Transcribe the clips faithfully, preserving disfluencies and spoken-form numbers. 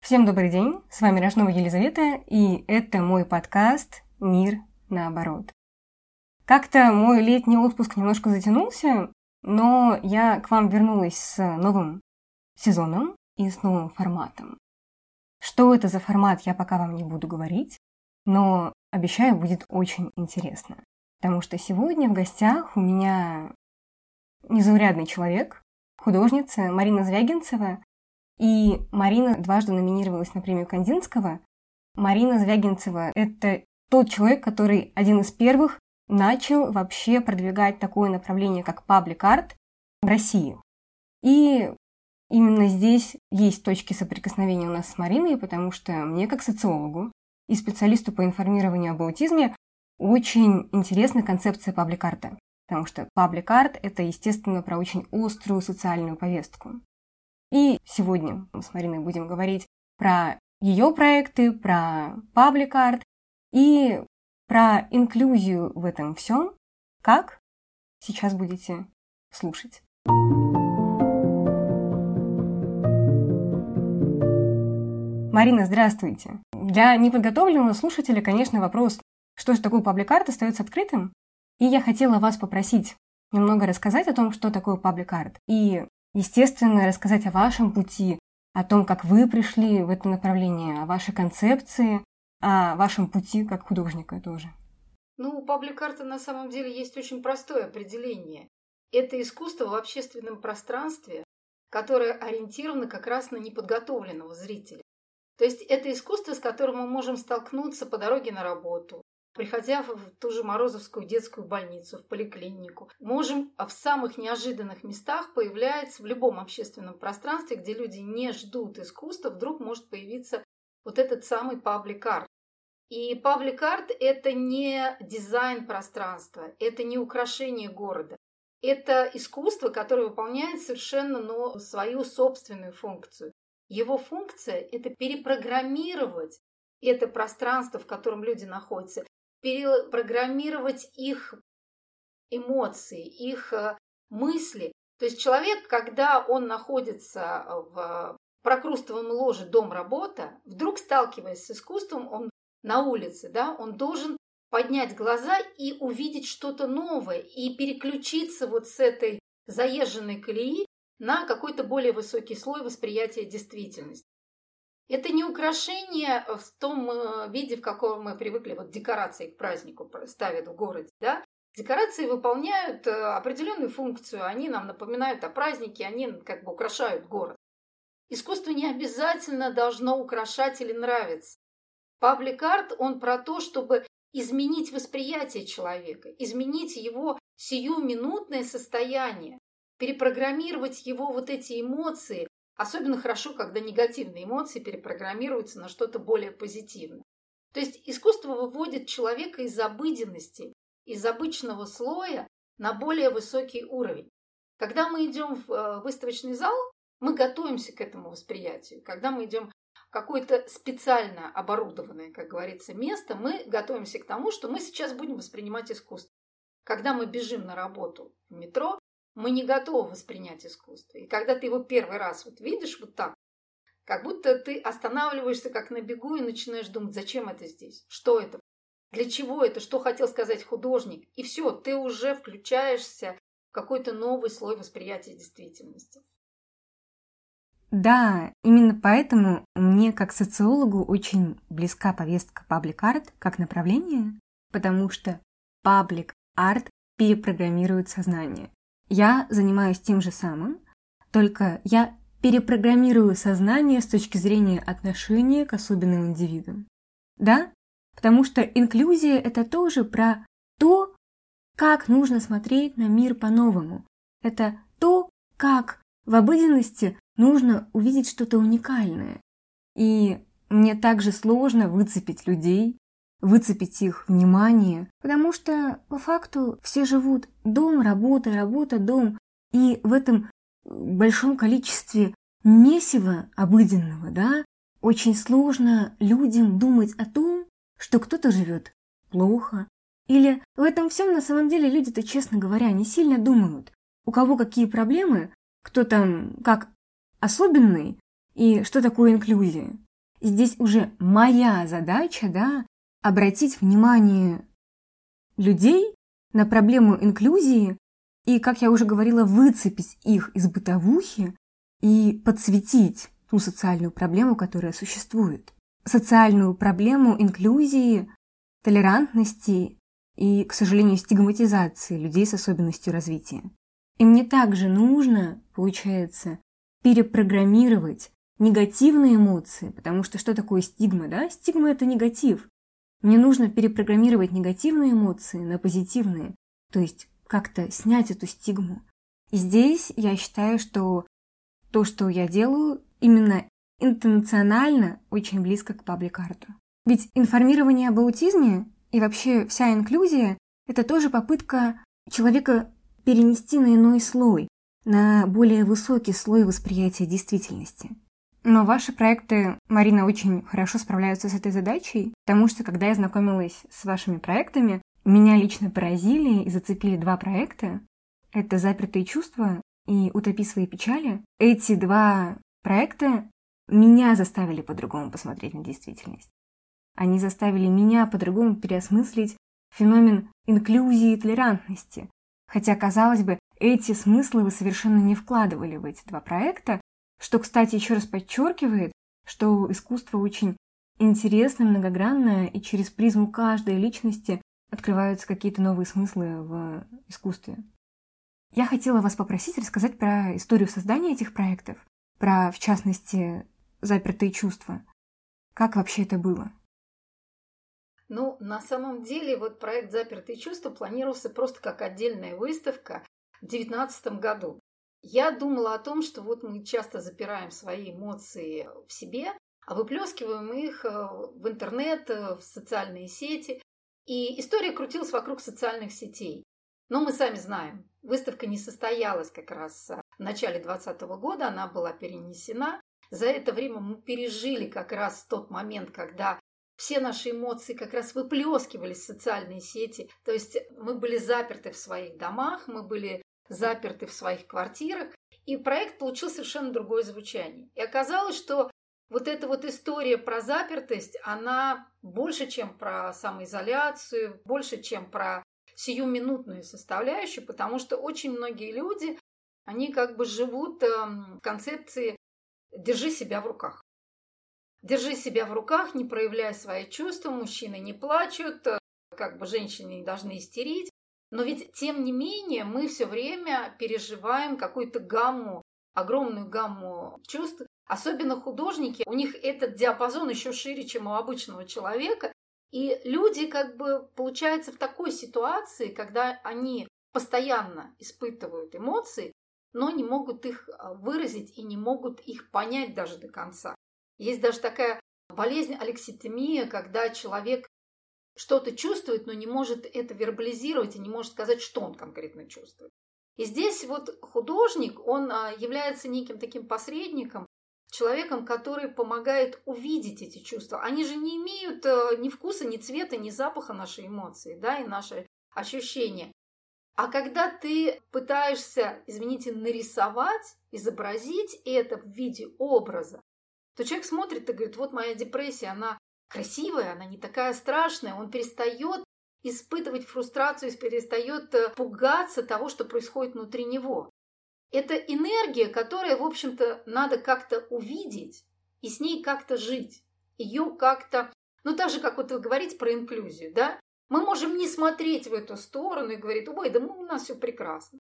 Всем добрый день, с вами Рожнова Елизавета, и это мой подкаст «Мир наоборот». Как-то мой летний отпуск немножко затянулся, но я к вам вернулась с новым сезоном и с новым форматом. Что это за формат, я пока вам не буду говорить, но обещаю, будет очень интересно, потому что сегодня в гостях у меня незаурядный человек, художница Марина Звягинцева. И Марина дважды номинировалась на премию Кандинского. Марина Звягинцева – это тот человек, который один из первых начал вообще продвигать такое направление, как паблик-арт в России. И именно здесь есть точки соприкосновения у нас с Мариной, потому что мне, как социологу и специалисту по информированию об аутизме, очень интересна концепция паблик-арта. Потому что паблик-арт – это, естественно, про очень острую социальную повестку. И сегодня мы с Мариной будем говорить про ее проекты, про паблик-арт и про инклюзию в этом всем. Как? Сейчас будете слушать. Марина, здравствуйте. Для неподготовленного слушателя, конечно, вопрос, что же такое паблик-арт, остается открытым. И я хотела вас попросить немного рассказать о том, что такое паблик-арт. И естественно, рассказать о вашем пути, о том, как вы пришли в это направление, о вашей концепции, о вашем пути как художника тоже. Ну, у паблик-арта на самом деле есть очень простое определение. Это искусство в общественном пространстве, которое ориентировано как раз на неподготовленного зрителя. То есть это искусство, с которым мы можем столкнуться по дороге на работу, приходя в ту же Морозовскую детскую больницу, в поликлинику. Можем в самых неожиданных местах появляется в любом общественном пространстве, где люди не ждут искусства, вдруг может появиться вот этот самый паблик-арт. И паблик-арт – это не дизайн пространства, это не украшение города. Это искусство, которое выполняет совершенно ну, свою собственную функцию. Его функция – это перепрограммировать это пространство, в котором люди находятся, перепрограммировать их эмоции, их мысли. То есть человек, когда он находится в прокрустовом ложе дом-работа, вдруг сталкиваясь с искусством, он на улице, да, он должен поднять глаза и увидеть что-то новое, и переключиться вот с этой заезженной колеи на какой-то более высокий слой восприятия действительности. Это не украшение в том виде, в каком мы привыкли, вот декорации к празднику ставят в городе, да? Декорации выполняют определенную функцию, они нам напоминают о празднике, они как бы украшают город. Искусство не обязательно должно украшать или нравиться. Паблик-арт, он про то, чтобы изменить восприятие человека, изменить его сиюминутное состояние, перепрограммировать его вот эти эмоции. Особенно хорошо, когда негативные эмоции перепрограммируются на что-то более позитивное. То есть искусство выводит человека из обыденности, из обычного слоя на более высокий уровень. Когда мы идем в выставочный зал, мы готовимся к этому восприятию. Когда мы идем в какое-то специально оборудованное, как говорится, место, мы готовимся к тому, что мы сейчас будем воспринимать искусство. Когда мы бежим на работу в метро, мы не готовы воспринять искусство. И когда ты его первый раз вот видишь вот так, как будто ты останавливаешься как на бегу и начинаешь думать, зачем это здесь, что это, для чего это, что хотел сказать художник. И все, ты уже включаешься в какой-то новый слой восприятия действительности. Да, именно поэтому мне как социологу очень близка повестка паблик-арт как направление, потому что паблик-арт перепрограммирует сознание. Я занимаюсь тем же самым, только я перепрограммирую сознание с точки зрения отношения к особенным индивидам. Да? Потому что инклюзия – это тоже про то, как нужно смотреть на мир по-новому. Это то, как в обыденности нужно увидеть что-то уникальное. И мне также сложно выцепить людей, выцепить их внимание, потому что по факту все живут дом, работа, работа, дом. И в этом большом количестве месива обыденного, да, очень сложно людям думать о том, что кто-то живет плохо. Или в этом всем на самом деле люди-то, честно говоря, не сильно думают, у кого какие проблемы, кто там как особенный и что такое инклюзия. Здесь уже моя задача, да, обратить внимание людей на проблему инклюзии и, как я уже говорила, выцепить их из бытовухи и подсветить ту социальную проблему, которая существует. Социальную проблему инклюзии, толерантности и, к сожалению, стигматизации людей с особенностью развития. И мне также нужно, получается, перепрограммировать негативные эмоции, потому что что такое стигма, да? Стигма – это негатив. Мне нужно перепрограммировать негативные эмоции на позитивные, то есть как-то снять эту стигму. И здесь я считаю, что то, что я делаю, именно интонационально очень близко к паблик-арту. Ведь информирование об аутизме и вообще вся инклюзия – это тоже попытка человека перенести на иной слой, на более высокий слой восприятия действительности. Но ваши проекты, Марина, очень хорошо справляются с этой задачей, потому что, когда я знакомилась с вашими проектами, меня лично поразили и зацепили два проекта. Это «Запертые чувства» и «Утопи свои печали». Эти два проекта меня заставили по-другому посмотреть на действительность. Они заставили меня по-другому переосмыслить феномен инклюзии и толерантности. Хотя, казалось бы, эти смыслы вы совершенно не вкладывали в эти два проекта, что, кстати, еще раз подчеркивает, что искусство очень интересно, многогранное, и через призму каждой личности открываются какие-то новые смыслы в искусстве. Я хотела вас попросить рассказать про историю создания этих проектов, про, в частности, «Запертые чувства». Как вообще это было? Ну, на самом деле, вот проект «Запертые чувства» планировался просто как отдельная выставка в две тысячи девятнадцатом году. Я думала о том, что вот мы часто запираем свои эмоции в себе, а выплескиваем их в интернет, в социальные сети. И история крутилась вокруг социальных сетей. Но мы сами знаем, выставка не состоялась как раз в начале двадцатого года, она была перенесена. За это время мы пережили как раз тот момент, когда все наши эмоции как раз выплескивались в социальные сети. То есть мы были заперты в своих домах, мы были заперты в своих квартирах, и проект получил совершенно другое звучание. И оказалось, что вот эта вот история про запертость, она больше, чем про самоизоляцию, больше, чем про сиюминутную составляющую, потому что очень многие люди, они как бы живут в концепции «держи себя в руках». Держи себя в руках, не проявляй свои чувства, мужчины не плачут, как бы женщины не должны истерить. Но ведь, тем не менее, мы все время переживаем какую-то гамму, огромную гамму чувств. Особенно художники, у них этот диапазон еще шире, чем у обычного человека. И люди как бы получаются в такой ситуации, когда они постоянно испытывают эмоции, но не могут их выразить и не могут их понять даже до конца. Есть даже такая болезнь алекситимия, когда человек что-то чувствует, но не может это вербализировать и не может сказать, что он конкретно чувствует. И здесь вот художник, он является неким таким посредником, человеком, который помогает увидеть эти чувства. Они же не имеют ни вкуса, ни цвета, ни запаха нашей эмоции, да, и наши ощущения. А когда ты пытаешься, извините, нарисовать, изобразить это в виде образа, то человек смотрит и говорит, вот моя депрессия, она красивая, она не такая страшная, он перестает испытывать фрустрацию, перестает пугаться того, что происходит внутри него. Это энергия, которая, в общем-то, надо как-то увидеть и с ней как-то жить. Ее как-то, ну так же, как вот вы говорите про инклюзию, да? Мы можем не смотреть в эту сторону и говорить, ой, да у нас все прекрасно.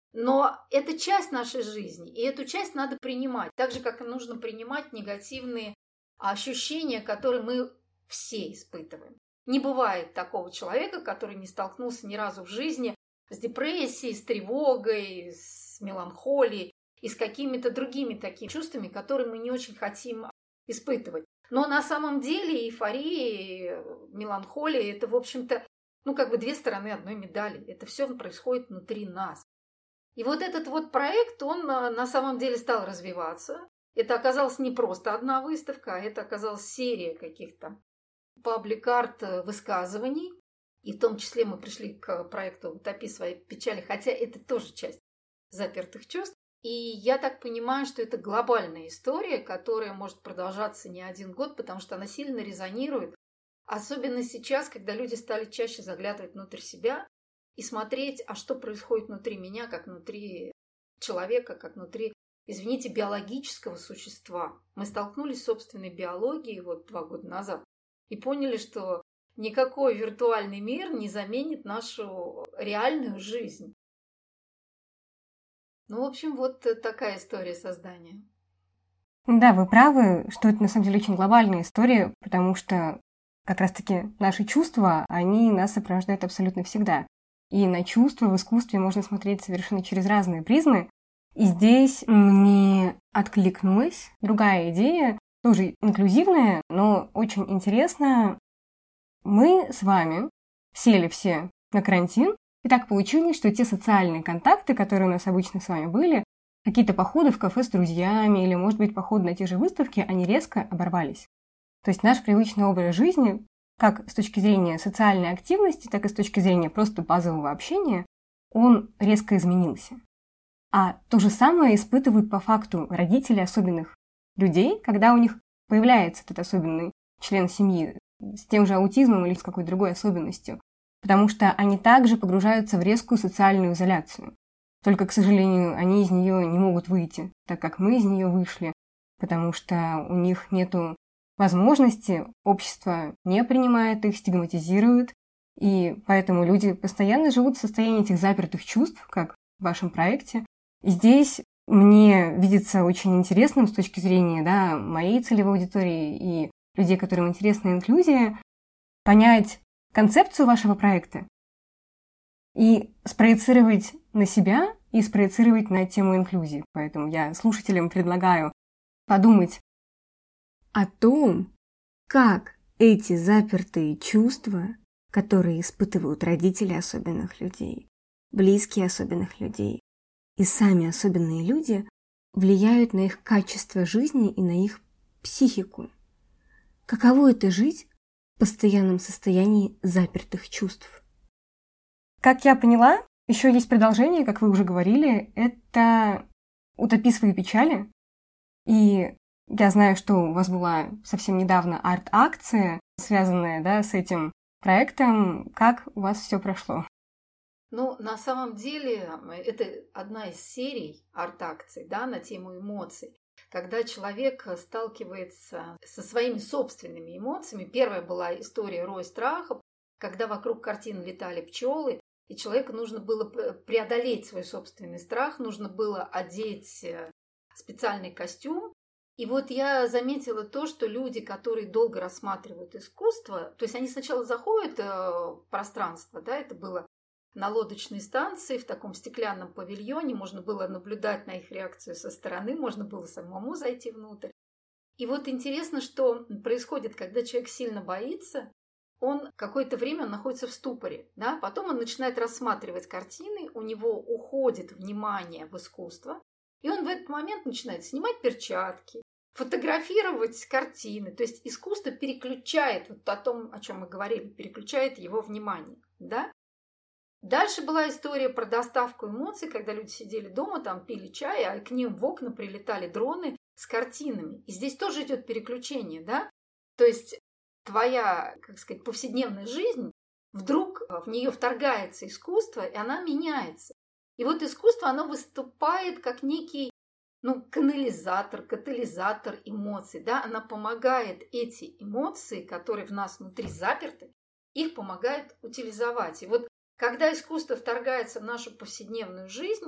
Но это часть нашей жизни, и эту часть надо принимать. Так же, как и нужно принимать негативные ощущения, которые мы все испытываем. Не бывает такого человека, который не столкнулся ни разу в жизни с депрессией, с тревогой, с меланхолией и с какими-то другими такими чувствами, которые мы не очень хотим испытывать. Но на самом деле эйфория, меланхолия – это, в общем-то, ну, как бы две стороны одной медали. Это все происходит внутри нас. И вот этот вот проект, он на самом деле стал развиваться. Это оказалась не просто одна выставка, а это оказалась серия каких-то паблик-арт высказываний. И в том числе мы пришли к проекту «Утопи свои печали», хотя это тоже часть запертых чувств. И я так понимаю, что это глобальная история, которая может продолжаться не один год, потому что она сильно резонирует. Особенно сейчас, когда люди стали чаще заглядывать внутрь себя и смотреть, а что происходит внутри меня, как внутри человека, как внутри, извините, биологического существа. Мы столкнулись с собственной биологией вот два года назад и поняли, что никакой виртуальный мир не заменит нашу реальную жизнь. Ну, в общем, вот такая история создания. Да, вы правы, что это на самом деле очень глобальная история, потому что как раз-таки наши чувства, они нас сопровождают абсолютно всегда. И на чувства в искусстве можно смотреть совершенно через разные призмы. И здесь мне откликнулась другая идея, тоже инклюзивная, но очень интересная. Мы с вами сели все на карантин, и так получилось, что те социальные контакты, которые у нас обычно с вами были, какие-то походы в кафе с друзьями или, может быть, походы на те же выставки, они резко оборвались. То есть наш привычный образ жизни, как с точки зрения социальной активности, так и с точки зрения просто базового общения, он резко изменился. А то же самое испытывают по факту родители особенных людей, когда у них появляется этот особенный член семьи с тем же аутизмом или с какой-то другой особенностью. Потому что они также погружаются в резкую социальную изоляцию. Только, к сожалению, они из нее не могут выйти, так как мы из нее вышли, потому что у них нету возможности, общество не принимает их, стигматизирует, и поэтому люди постоянно живут в состоянии этих запертых чувств, как в вашем проекте. И здесь мне видится очень интересным с точки зрения, да, моей целевой аудитории и людей, которым интересна инклюзия, понять концепцию вашего проекта и спроецировать на себя и спроецировать на тему инклюзии. Поэтому я слушателям предлагаю подумать о том, как эти запертые чувства, которые испытывают родители особенных людей, близкие особенных людей и сами особенные люди, влияют на их качество жизни и на их психику. Каково это жить в постоянном состоянии запертых чувств? Как я поняла, еще есть продолжение, как вы уже говорили, это «Утопи свои печали». И я знаю, что у вас была совсем недавно арт-акция, связанная, да, с этим проектом. Как у вас все прошло? Ну, на самом деле, это одна из серий арт-акций, да, на тему эмоций. Когда человек сталкивается со своими собственными эмоциями. Первая была история «Рой страхов», когда вокруг картины летали пчелы, и человеку нужно было преодолеть свой собственный страх, нужно было одеть специальный костюм. И вот я заметила то, что люди, которые долго рассматривают искусство, то есть они сначала заходят в пространство, да, это было на лодочной станции, в таком стеклянном павильоне, можно было наблюдать на их реакцию со стороны, можно было самому зайти внутрь. И вот интересно, что происходит, когда человек сильно боится, он какое-то время находится в ступоре, да? Потом он начинает рассматривать картины, у него уходит внимание в искусство, и он в этот момент начинает снимать перчатки, фотографировать картины. То есть искусство переключает, вот о том, о чем мы говорили, переключает его внимание, да? Дальше была история про доставку эмоций, когда люди сидели дома, там пили чай, а к ним в окна прилетали дроны с картинами. И здесь тоже идет переключение, да? То есть твоя, как сказать, повседневная жизнь, вдруг в нее вторгается искусство, и она меняется. И вот искусство, оно выступает как некий, ну, канализатор, катализатор эмоций, да? Она помогает эти эмоции, которые в нас внутри заперты, их помогает утилизовать. И вот когда искусство вторгается в нашу повседневную жизнь,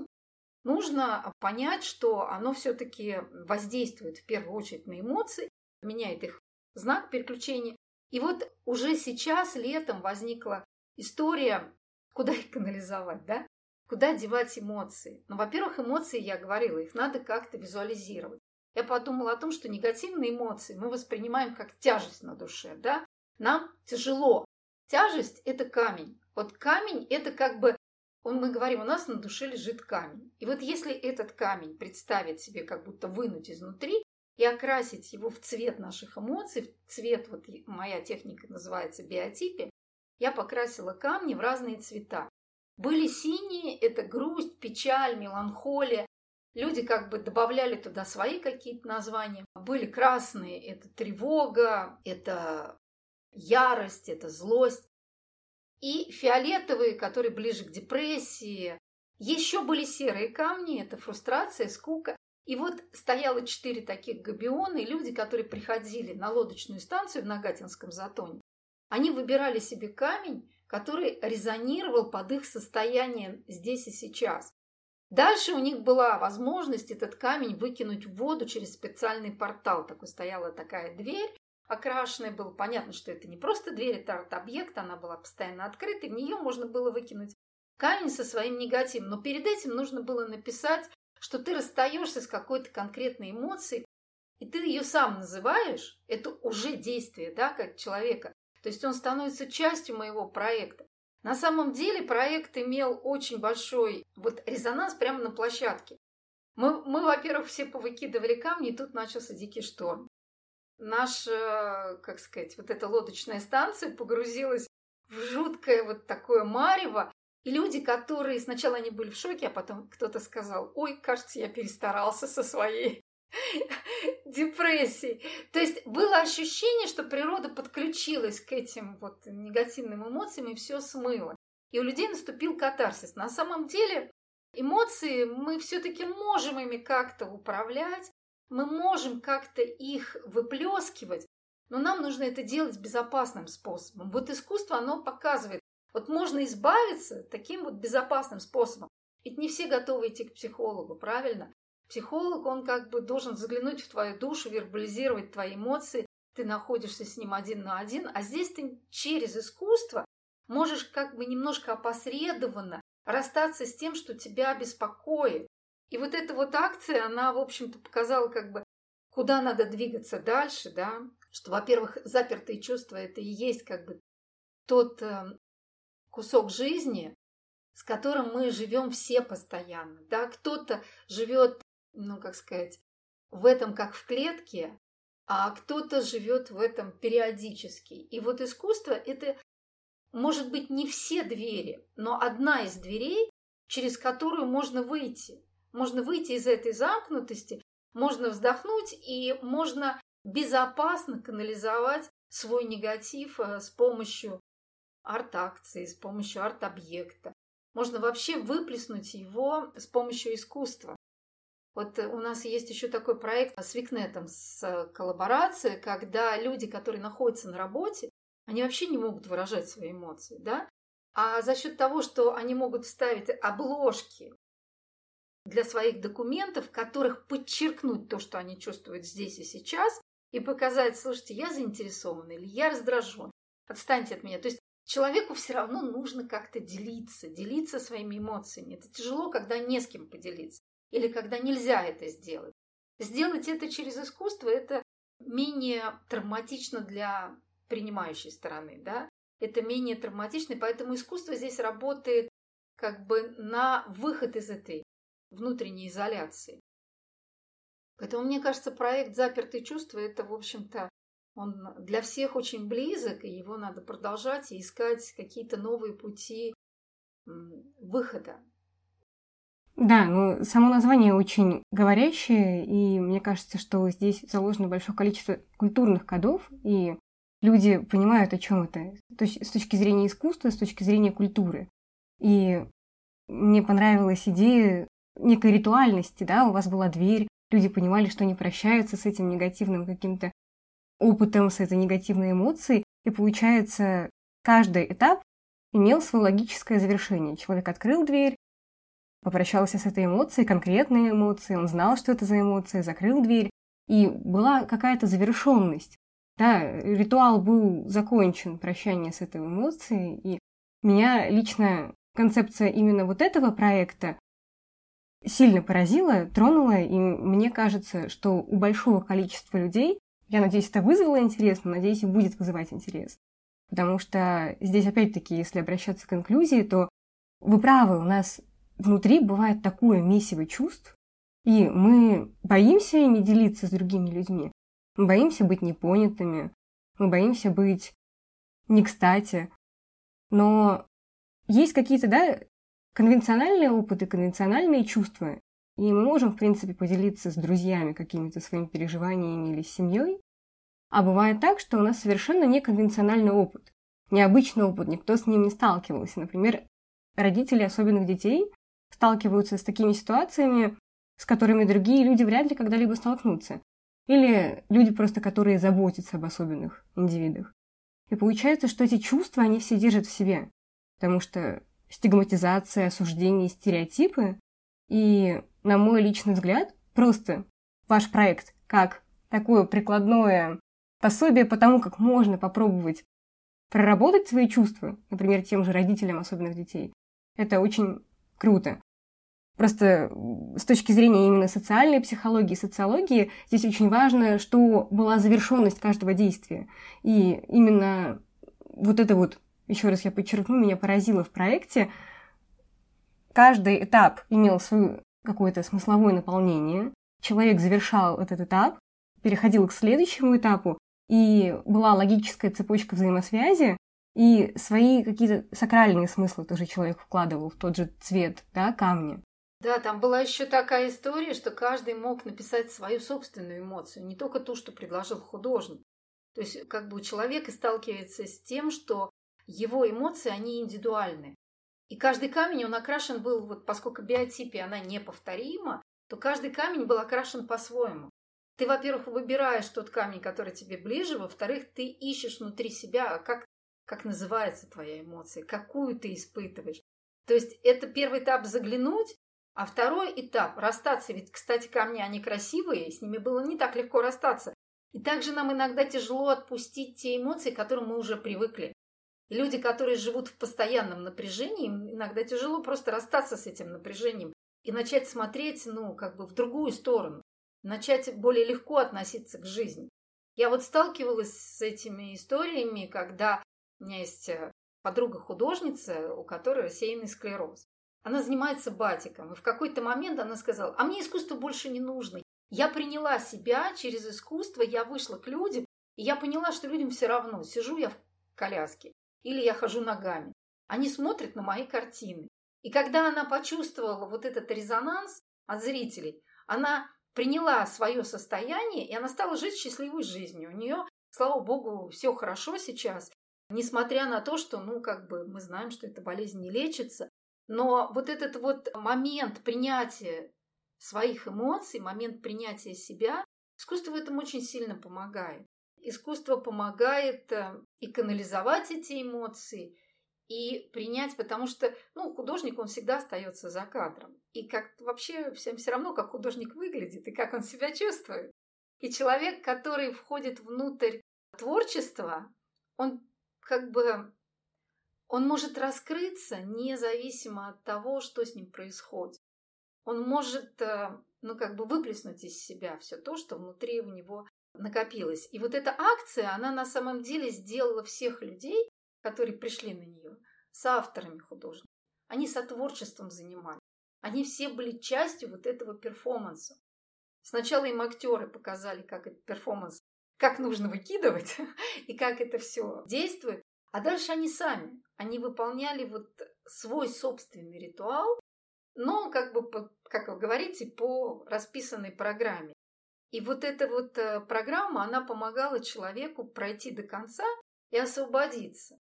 нужно понять, что оно все-таки воздействует в первую очередь на эмоции, меняет их знак переключения. И вот уже сейчас, летом, возникла история, куда их канализовать, да? Куда девать эмоции. Ну, во-первых, эмоции, я говорила, их надо как-то визуализировать. Я подумала о том, что негативные эмоции мы воспринимаем как тяжесть на душе, да? Нам тяжело. Тяжесть – это камень. Вот камень – это как бы, мы говорим, у нас на душе лежит камень. И вот если этот камень представить себе, как будто вынуть изнутри и окрасить его в цвет наших эмоций, в цвет, вот моя техника называется биотипия, я покрасила камни в разные цвета. Были синие – это грусть, печаль, меланхолия. Люди как бы добавляли туда свои какие-то названия. Были красные – это тревога, это ярость, это злость. И фиолетовые, которые ближе к депрессии. Еще были серые камни – это фрустрация, скука. И вот стояло четыре таких габиона, и люди, которые приходили на лодочную станцию в Нагатинском затоне, они выбирали себе камень, который резонировал под их состояние здесь и сейчас. Дальше у них была возможность этот камень выкинуть в воду через специальный портал. Такой стояла такая дверь окрашенная. Было понятно, что это не просто дверь, это арт-объект, она была постоянно открытой. В нее можно было выкинуть камень со своим негативом. Но перед этим нужно было написать, что ты расстаешься с какой-то конкретной эмоцией, и ты ее сам называешь. Это уже действие, да, как человека. То есть он становится частью моего проекта. На самом деле проект имел очень большой вот резонанс прямо на площадке. Мы, мы, во-первых, все повыкидывали камни, и тут начался дикий шторм. Наша, как сказать, вот эта лодочная станция погрузилась в жуткое вот такое марево. И люди, которые сначала они были в шоке, а потом кто-то сказал: ой, кажется, я перестарался со своей депрессией. То есть было ощущение, что природа подключилась к этим вот негативным эмоциям и все смыло. И у людей наступил катарсис. На самом деле эмоции мы все-таки можем ими как-то управлять, мы можем как-то их выплескивать, но нам нужно это делать безопасным способом. Вот искусство, оно показывает, вот можно избавиться таким вот безопасным способом. Ведь не все готовы идти к психологу, правильно? Психолог, он как бы должен заглянуть в твою душу, вербализировать твои эмоции. Ты находишься с ним один на один, а здесь ты через искусство можешь как бы немножко опосредованно расстаться с тем, что тебя беспокоит. И вот эта вот акция, она, в общем-то, показала как бы, куда надо двигаться дальше, да? Что, во-первых, запертые чувства – это и есть как бы тот э, кусок жизни, с которым мы живем все постоянно, да? Кто-то живет, ну, как сказать, в этом как в клетке, а кто-то живет в этом периодически. И вот искусство – это, может быть, не все двери, но одна из дверей, через которую можно выйти. Можно выйти из этой замкнутости, можно вздохнуть и можно безопасно канализовать свой негатив с помощью арт-акции, с помощью арт-объекта. Можно вообще выплеснуть его с помощью искусства. Вот у нас есть еще такой проект с Викнетом, с коллаборацией, когда люди, которые находятся на работе, они вообще не могут выражать свои эмоции, да? А за счет того, что они могут вставить обложки для своих документов, в которых подчеркнуть то, что они чувствуют здесь и сейчас, и показать: слушайте, я заинтересован или я раздражен, отстаньте от меня. То есть человеку все равно нужно как-то делиться, делиться своими эмоциями. Это тяжело, когда не с кем поделиться, или когда нельзя это сделать. Сделать это через искусство – это менее травматично для принимающей стороны, да? Это менее травматично, поэтому искусство здесь работает как бы на выход из этой внутренней изоляции. Поэтому, мне кажется, проект «Запертые чувства» – это, в общем-то, он для всех очень близок, и его надо продолжать и искать какие-то новые пути выхода. Да, ну, само название очень говорящее, и мне кажется, что здесь заложено большое количество культурных кодов, и люди понимают, о чем это. То есть с точки зрения искусства, с точки зрения культуры. И мне понравилась идея некой ритуальности, да, у вас была дверь, люди понимали, что они прощаются с этим негативным каким-то опытом, с этой негативной эмоцией, и получается, каждый этап имел свое логическое завершение. Человек открыл дверь, попрощался с этой эмоцией, конкретной эмоцией, он знал, что это за эмоция, закрыл дверь, и была какая-то завершенность. Да, ритуал был закончен, прощание с этой эмоцией, и меня лично концепция именно вот этого проекта сильно поразила, тронула, и мне кажется, что у большого количества людей, я надеюсь, это вызвало интерес, но надеюсь, и будет вызывать интерес. Потому что здесь, опять-таки, если обращаться к инклюзии, то вы правы, у нас внутри бывает такое месиво чувств, и мы боимся ими делиться с другими людьми, мы боимся быть непонятыми, мы боимся быть не кстати, но есть какие-то, да, конвенциональные опыты, конвенциональные чувства, И мы можем, в принципе, поделиться с друзьями какими-то своими переживаниями или с семьей. А бывает так, что у нас совершенно неконвенциональный опыт, необычный опыт, никто с ним не сталкивался. Например, родители особенных детей сталкиваются с такими ситуациями, с которыми другие люди вряд ли когда-либо столкнутся. Или люди просто, которые заботятся об особенных индивидах. И получается, что эти чувства, они все держат в себе. Потому что стигматизация, осуждение, стереотипы. И, на мой личный взгляд, просто ваш проект как такое прикладное пособие по тому, как можно попробовать проработать свои чувства, например, тем же родителям особенных детей, это очень круто. Просто с точки зрения именно социальной психологии, социологии, здесь очень важно, что была завершенность каждого действия. И именно вот это вот, еще раз я подчеркну, меня поразило в проекте. Каждый этап имел свое какое-то смысловое наполнение. Человек завершал этот этап, переходил к следующему этапу, и была логическая цепочка взаимосвязи, и свои какие-то сакральные смыслы тоже человек вкладывал в тот же цвет, да, камня. Да, там была еще такая история, что каждый мог написать свою собственную эмоцию, не только ту, что предложил художник. То есть как бы человек и сталкивается с тем, что его эмоции, они индивидуальны. И каждый камень, он окрашен был, вот поскольку биотипия, она неповторима, то каждый камень был окрашен по-своему. Ты, во-первых, выбираешь тот камень, который тебе ближе, во-вторых, ты ищешь внутри себя, как, как называется твоя эмоция, какую ты испытываешь. То есть это первый этап заглянуть, а второй этап расстаться. Ведь, кстати, камни, они красивые, с ними было не так легко расстаться. И также нам иногда тяжело отпустить те эмоции, к которым мы уже привыкли. И люди, которые живут в постоянном напряжении, им иногда тяжело просто расстаться с этим напряжением и начать смотреть, ну, как бы в другую сторону. Начать более легко относиться к жизни. Я вот сталкивалась с этими историями, когда у меня есть подруга-художница, у которой рассеянный склероз. Она занимается батиком, и в какой-то момент она сказала: а мне искусство больше не нужно. Я приняла себя через искусство, я вышла к людям, и я поняла, что людям все равно, сижу я в коляске или я хожу ногами. Они смотрят на мои картины. И когда она почувствовала вот этот резонанс от зрителей, она приняла свое состояние, и она стала жить счастливой жизнью. У нее, слава богу, все хорошо сейчас, несмотря на то, что, ну, как бы мы знаем, что эта болезнь не лечится. Но вот этот вот момент принятия своих эмоций, момент принятия себя, искусство в этом очень сильно помогает. Искусство помогает и канализовать эти эмоции, и принять, потому что, ну, художник, он всегда остается за кадром. И как вообще всем все равно, как художник выглядит и как он себя чувствует. И человек, который входит внутрь творчества, он как бы, он может раскрыться независимо от того, что с ним происходит. Он может, ну, как бы выплеснуть из себя все то, что внутри у него накопилось. И вот эта акция, она на самом деле сделала всех людей, которые пришли на нее, с авторами художников. Они сотворчеством занимались. Они все были частью вот этого перформанса. Сначала им актеры показали, как этот перформанс, как нужно выкидывать и как это все действует. А дальше они сами. Они выполняли вот свой собственный ритуал, но, как бы, по, как вы говорите, по расписанной программе. И вот эта вот программа, она помогала человеку пройти до конца и освободиться.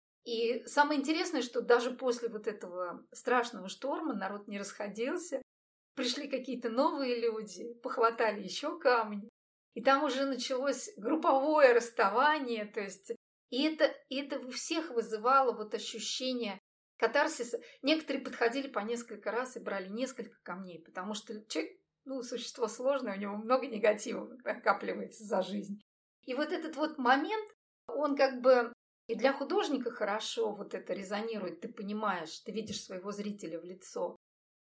И самое интересное, что даже после вот этого страшного шторма народ не расходился, пришли какие-то новые люди, похватали еще камни, и там уже началось групповое расставание, то есть и это, и это у всех вызывало вот ощущение катарсиса. Некоторые подходили по несколько раз и брали несколько камней, потому что человек, ну, существо сложное, у него много негатива накапливается за жизнь. И вот этот вот момент, он как бы и для художника хорошо вот это резонирует, ты понимаешь, ты видишь своего зрителя в лицо.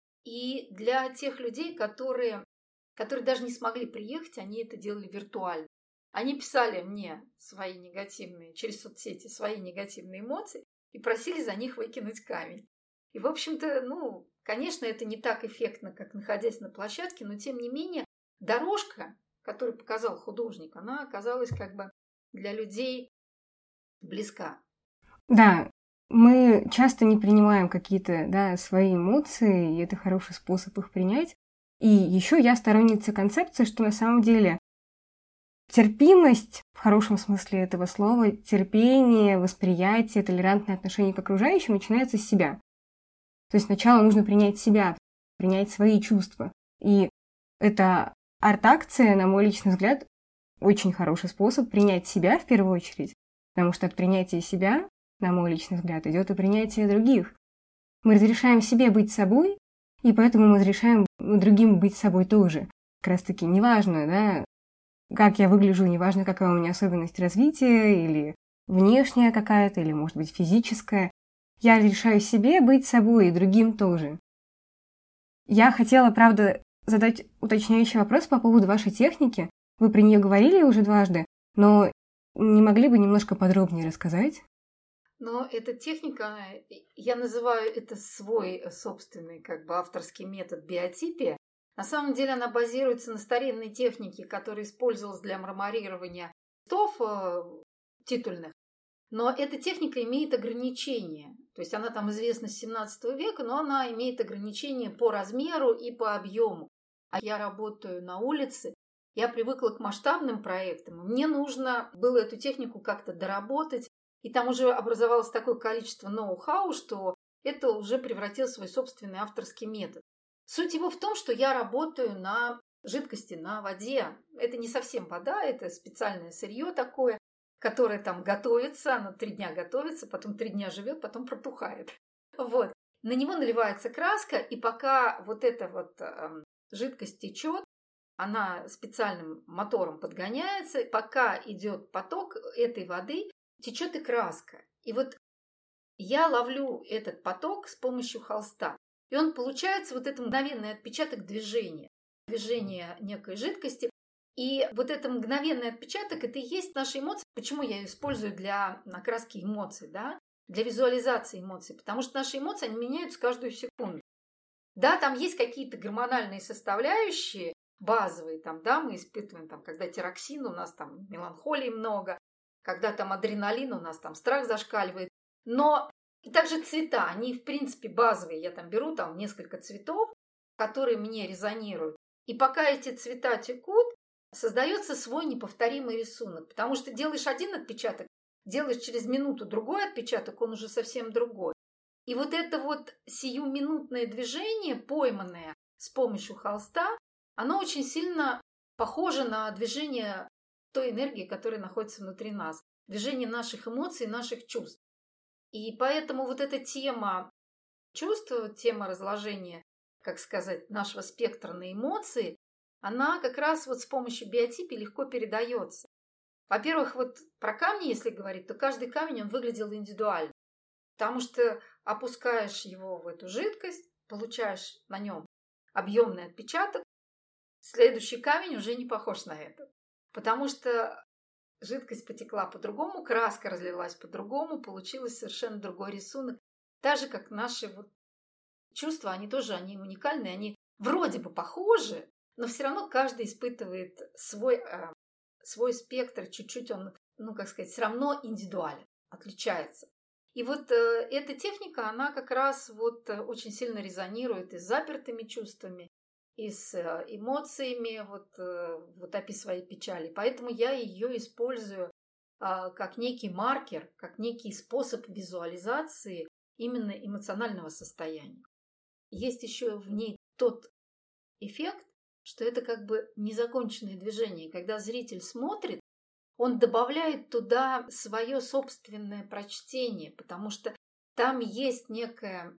И для тех людей, которые, которые даже не смогли приехать, они это делали виртуально. Они писали мне свои негативные, через соцсети, свои негативные эмоции и просили за них выкинуть камень. И, в общем-то, ну, конечно, это не так эффектно, как находясь на площадке, но, тем не менее, дорожка, которую показал художник, она оказалась как бы для людей близка. Да, мы часто не принимаем какие-то, да, свои эмоции, и это хороший способ их принять. И еще я сторонница концепции, что на самом деле терпимость, в хорошем смысле этого слова, терпение, восприятие, толерантное отношение к окружающим начинается с себя. То есть сначала нужно принять себя, принять свои чувства. И эта арт-акция, на мой личный взгляд, очень хороший способ принять себя в первую очередь, потому что от принятия себя, на мой личный взгляд, идет и принятие других. Мы разрешаем себе быть собой, и поэтому мы разрешаем другим быть собой тоже. Как раз таки неважно, да, как я выгляжу, неважно, какая у меня особенность развития, или внешняя какая-то, или, может быть, физическая. Я разрешаю себе быть собой и другим тоже. Я хотела, правда, задать уточняющий вопрос по поводу вашей техники. Вы про нее говорили уже дважды, но не могли бы немножко подробнее рассказать? Но эта техника, я называю это свой собственный как бы авторский метод биотипия. На самом деле она базируется на старинной технике, которая использовалась для мраморирования листов э, титульных. Но эта техника имеет ограничения. То есть она там известна с семнадцатого века, но она имеет ограничения по размеру и по объему. А я работаю на улице, я привыкла к масштабным проектам. Мне нужно было эту технику как-то доработать. И там уже образовалось такое количество ноу-хау, что это уже превратилось в свой собственный авторский метод. Суть его в том, что я работаю на жидкости, на воде. Это не совсем вода, это специальное сырье такое, которое там готовится, оно три дня готовится, потом три дня живет, потом протухает. Вот. На него наливается краска, и пока вот эта вот э, жидкость течет, она специальным мотором подгоняется, пока идет поток этой воды, течет и краска. И вот я ловлю этот поток с помощью холста. И он получается вот этот мгновенный отпечаток движения. Движение некой жидкости. И вот этот мгновенный отпечаток – это и есть наши эмоции. Почему я ее использую для окраски эмоций, да? Для визуализации эмоций. Потому что наши эмоции, они меняются каждую секунду. Да, там есть какие-то гормональные составляющие, базовые, там, да, мы испытываем, там, когда тироксин, у нас там меланхолии много, когда там адреналин, у нас там страх зашкаливает. Но и также цвета, они в принципе базовые. Я там беру там несколько цветов, которые мне резонируют. И пока эти цвета текут, создается свой неповторимый рисунок. Потому что делаешь один отпечаток, делаешь через минуту другой отпечаток, он уже совсем другой. И вот это вот сиюминутное движение, пойманное с помощью холста, оно очень сильно похоже на движение той энергии, которая находится внутри нас. Движение наших эмоций, наших чувств. И поэтому вот эта тема чувств, тема разложения, как сказать, нашего спектра на эмоции, она как раз вот с помощью биотипии легко передается. Во-первых, вот про камни, если говорить, то каждый камень, он выглядел индивидуально. Потому что опускаешь его в эту жидкость, получаешь на нем объемный отпечаток, следующий камень уже не похож на это. Потому что жидкость потекла по-другому, краска разлилась по-другому, получился совершенно другой рисунок. Так же, как наши вот чувства, они тоже они уникальные, они вроде бы похожи, но все равно каждый испытывает свой, э, свой спектр, чуть-чуть он, ну, как сказать, все равно индивидуален, отличается. И вот э, эта техника, она как раз вот э, очень сильно резонирует и с запертыми чувствами, и с э, эмоциями, вот, э, вот описывая печали. Поэтому я ее использую э, как некий маркер, как некий способ визуализации именно эмоционального состояния. Есть еще в ней тот эффект, что это как бы незаконченное движение. Когда зритель смотрит, он добавляет туда свое собственное прочтение, потому что там есть некая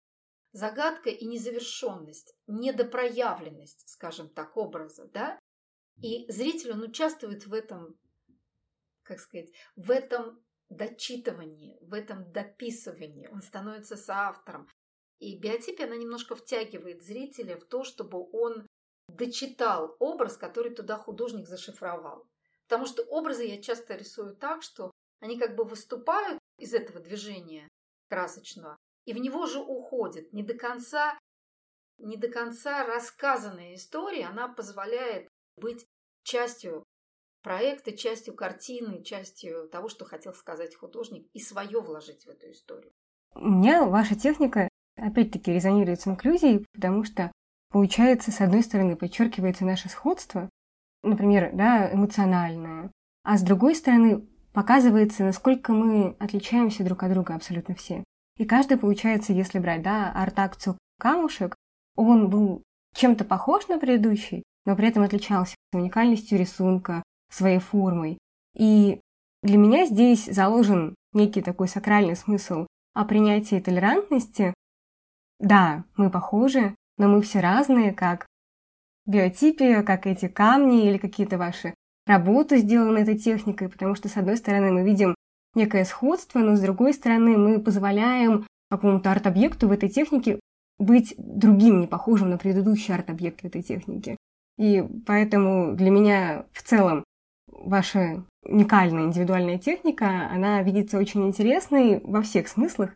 загадка и незавершенность, недопроявленность, скажем так, образа, да? И зритель, он участвует в этом, как сказать, в этом дочитывании, в этом дописывании, он становится соавтором. И биотипия, она немножко втягивает зрителя в то, чтобы он дочитал образ, который туда художник зашифровал. Потому что образы я часто рисую так, что они как бы выступают из этого движения красочного, и в него же уходят. Не до конца, не до конца рассказанная история, она позволяет быть частью проекта, частью картины, частью того, что хотел сказать художник, и свое вложить в эту историю. У меня ваша техника, опять-таки, резонирует с инклюзией, потому что получается, с одной стороны, подчеркивается наше сходство, например, да, эмоциональное, а с другой стороны, показывается, насколько мы отличаемся друг от друга абсолютно все. И каждый, получается, если брать, да, арт-акцию «Камушек», он был чем-то похож на предыдущий, но при этом отличался уникальностью рисунка, своей формой. И для меня здесь заложен некий такой сакральный смысл о принятии и толерантности. Да, мы похожи, но мы все разные, как биотипия, как эти камни или какие-то ваши работы, сделанные этой техникой, потому что, с одной стороны, мы видим некое сходство, но с другой стороны, мы позволяем какому-то арт-объекту в этой технике быть другим, не похожим на предыдущий арт-объект в этой технике. И поэтому для меня в целом ваша уникальная индивидуальная техника, она видится очень интересной во всех смыслах.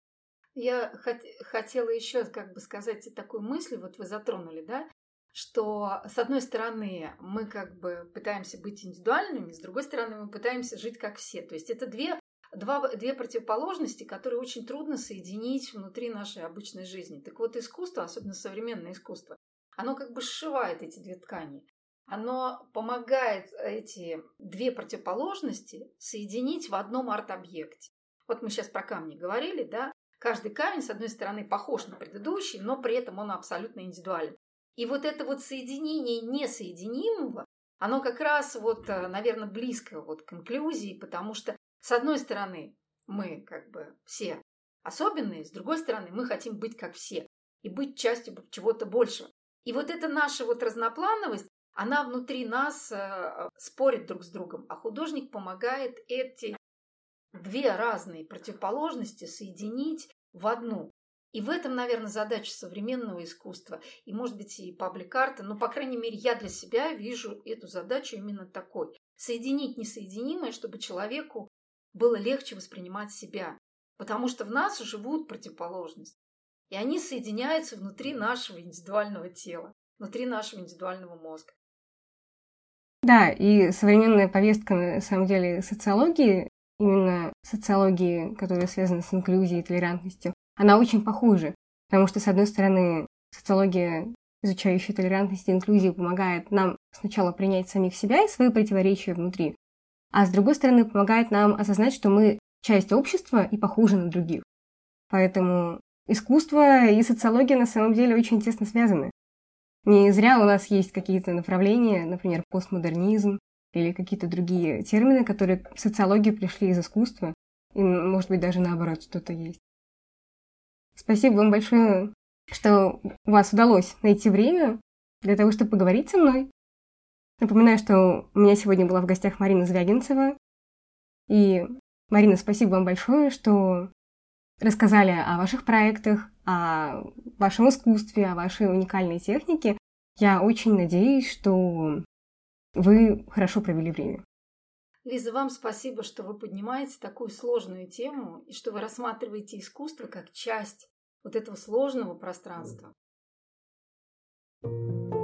Я хот- хотела еще как бы сказать такую мысль, вот вы затронули, да, что с одной стороны мы как бы пытаемся быть индивидуальными, с другой стороны мы пытаемся жить как все. То есть это две, два, две противоположности, которые очень трудно соединить внутри нашей обычной жизни. Так вот, искусство, особенно современное искусство, оно как бы сшивает эти две ткани. Оно помогает эти две противоположности соединить в одном арт-объекте. Вот мы сейчас про камни говорили, да? Каждый камень, с одной стороны, похож на предыдущий, но при этом он абсолютно индивидуален. И вот это вот соединение несоединимого, оно как раз вот, наверное, близко вот к инклюзии, потому что, с одной стороны, мы как бы все особенные, с другой стороны, мы хотим быть как все и быть частью чего-то большего. И вот эта наша вот разноплановость, она внутри нас э, спорит друг с другом, а художник помогает эти две разные противоположности соединить в одну. И в этом, наверное, задача современного искусства, и, может быть, и паблик-арта, но, по крайней мере, я для себя вижу эту задачу именно такой. Соединить несоединимое, чтобы человеку было легче воспринимать себя. Потому что в нас живут противоположности. И они соединяются внутри нашего индивидуального тела, внутри нашего индивидуального мозга. Да, и современная повестка, на самом деле, социологии, именно социологии, которая связана с инклюзией и толерантностью, она очень похожа, потому что, с одной стороны, социология, изучающая толерантность и инклюзию, помогает нам сначала принять самих себя и свои противоречия внутри, а с другой стороны, помогает нам осознать, что мы часть общества и похожи на других. Поэтому искусство и социология на самом деле очень тесно связаны. Не зря у нас есть какие-то направления, например, постмодернизм или какие-то другие термины, которые в социологию пришли из искусства, и, может быть, даже наоборот что-то есть. Спасибо вам большое, что у вас удалось найти время для того, чтобы поговорить со мной. Напоминаю, что у меня сегодня была в гостях Марина Звягинцева. И, Марина, спасибо вам большое, что рассказали о ваших проектах, о вашем искусстве, о вашей уникальной технике. Я очень надеюсь, что вы хорошо провели время. Лиза, вам спасибо, что вы поднимаете такую сложную тему и что вы рассматриваете искусство как часть вот этого сложного пространства. Thank you.